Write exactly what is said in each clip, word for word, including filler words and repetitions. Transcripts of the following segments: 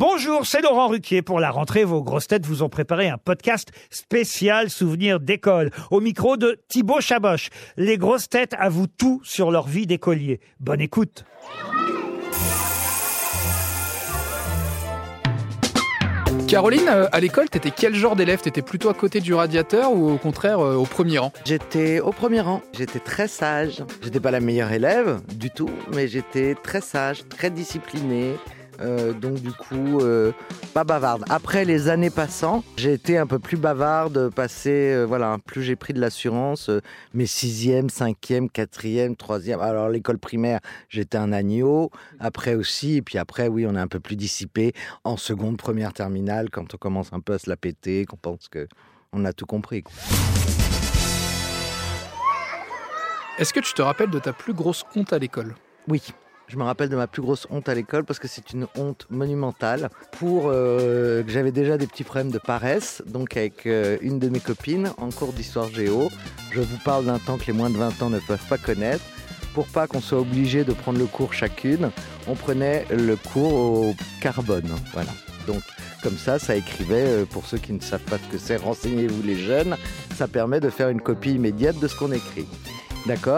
Bonjour, c'est Laurent Ruquier. Pour la rentrée, vos grosses têtes vous ont préparé un podcast spécial souvenirs d'école. Au micro de Thibaut Chaboch. Les grosses têtes avouent tout sur leur vie d'écolier. Bonne écoute. Caroline, à l'école, t'étais quel genre d'élève ? T'étais plutôt à côté du radiateur ou au contraire euh, au premier rang ? J'étais au premier rang, j'étais très sage. J'étais pas la meilleure élève du tout, mais j'étais très sage, très disciplinée. Euh, donc du coup, euh, pas bavarde. Après les années passant, j'ai été un peu plus bavarde, passé, euh, voilà, plus j'ai pris de l'assurance, euh, mes sixième, cinquième, quatrième, troisième. Alors l'école primaire, j'étais un agneau. Après aussi, et puis après, oui, on est un peu plus dissipé en seconde, première, terminale, quand on commence un peu à se la péter, qu'on pense que on a tout compris, quoi. Est-ce que tu te rappelles de ta plus grosse honte à l'école ? Oui. Je me rappelle de ma plus grosse honte à l'école parce que c'est une honte monumentale pour euh, que j'avais déjà des petits problèmes de paresse, donc avec euh, une de mes copines en cours d'histoire géo. Je vous parle d'un temps que les moins de vingt ans ne peuvent pas connaître. Pour pas qu'on soit obligé de prendre le cours chacune, on prenait le cours au carbone. Voilà. Donc comme ça, ça écrivait, euh, pour ceux qui ne savent pas ce que c'est, renseignez-vous les jeunes, ça permet de faire une copie immédiate de ce qu'on écrit. D'accord ?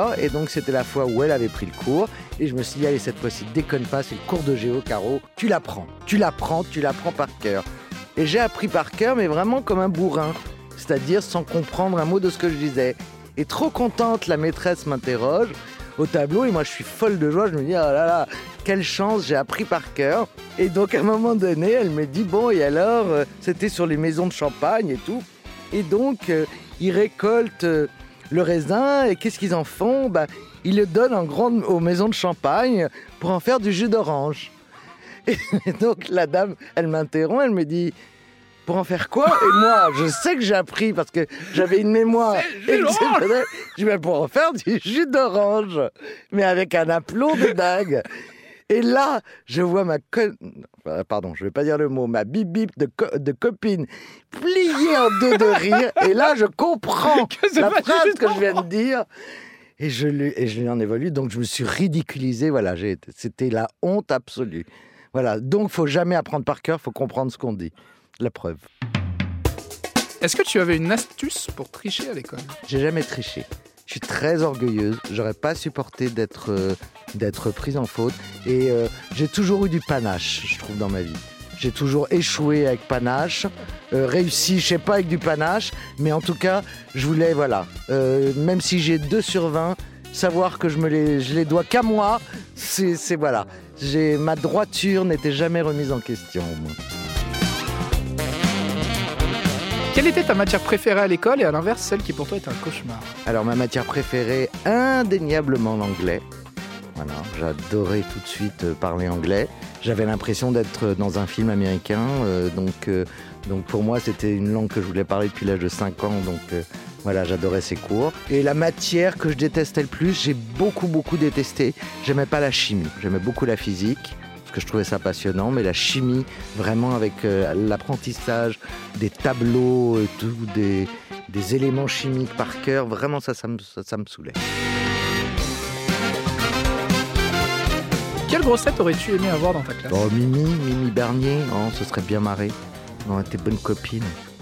Et donc, c'était la fois où elle avait pris le cours. Et je me suis dit, allez, cette fois-ci, déconne pas, c'est le cours de géo, Caro. Tu l'apprends, tu l'apprends, tu l'apprends par cœur. Et j'ai appris par cœur, mais vraiment comme un bourrin. C'est-à-dire sans comprendre un mot de ce que je disais. Et trop contente, la maîtresse m'interroge au tableau. Et moi, je suis folle de joie. Je me dis, oh là là, quelle chance, j'ai appris par cœur. Et donc, à un moment donné, elle me dit, bon, et alors, euh, c'était sur les maisons de champagne et tout. Et donc, euh, ils récoltent... Euh, le raisin, et qu'est-ce qu'ils en font ? Bah, ils le donnent en grande aux maisons de champagne pour en faire du jus d'orange. Et donc la dame, elle m'interrompt, elle me dit « Pour en faire quoi ?» Et moi, je sais que j'ai appris parce que j'avais une mémoire exceptionnelle. Je dis « Pour en faire du jus d'orange !» Mais avec un aplomb de dingue. Et là, je vois ma... Co... Pardon, je ne vais pas dire le mot. Ma bip-bip de, co... de copine pliée en deux de rire. Et là, je comprends la phrase que je viens de dire. Et je, lui... et je lui en ai voulu. Donc, je me suis ridiculisé. Voilà, j'ai... c'était la honte absolue. Voilà, donc, il ne faut jamais apprendre par cœur. Il faut comprendre ce qu'on dit. La preuve. Est-ce que tu avais une astuce pour tricher à l'école ? J'ai jamais triché. Je suis très orgueilleuse, j'aurais pas supporté d'être, euh, d'être prise en faute et euh, j'ai toujours eu du panache, je trouve, dans ma vie. J'ai toujours échoué avec panache, euh, réussi, je sais pas, avec du panache, mais en tout cas, je voulais, voilà, euh, même si j'ai deux sur vingt, savoir que je me les, je les dois qu'à moi, c'est, c'est voilà, j'ai, ma droiture n'était jamais remise en question, moi. Quelle était ta matière préférée à l'école et à l'inverse, celle qui pour toi était un cauchemar ? Alors, ma matière préférée, indéniablement l'anglais. Voilà, j'adorais tout de suite euh, parler anglais. J'avais l'impression d'être dans un film américain. Euh, donc, euh, donc, pour moi, c'était une langue que je voulais parler depuis l'âge de cinq ans. Donc, euh, voilà, j'adorais ces cours. Et la matière que je détestais le plus, j'ai beaucoup, beaucoup détesté. J'aimais pas la chimie. J'aimais beaucoup la physique. Que je trouvais ça passionnant, mais la chimie, vraiment avec euh, l'apprentissage des tableaux, euh, tout, des, des éléments chimiques par cœur, vraiment ça, ça me, ça, ça me saoulait. Quelle grosse tête aurais-tu aimé avoir dans ta classe ? Oh, Mimi, Mimi Bernier, oh, ce serait bien marré. On était bonne copine.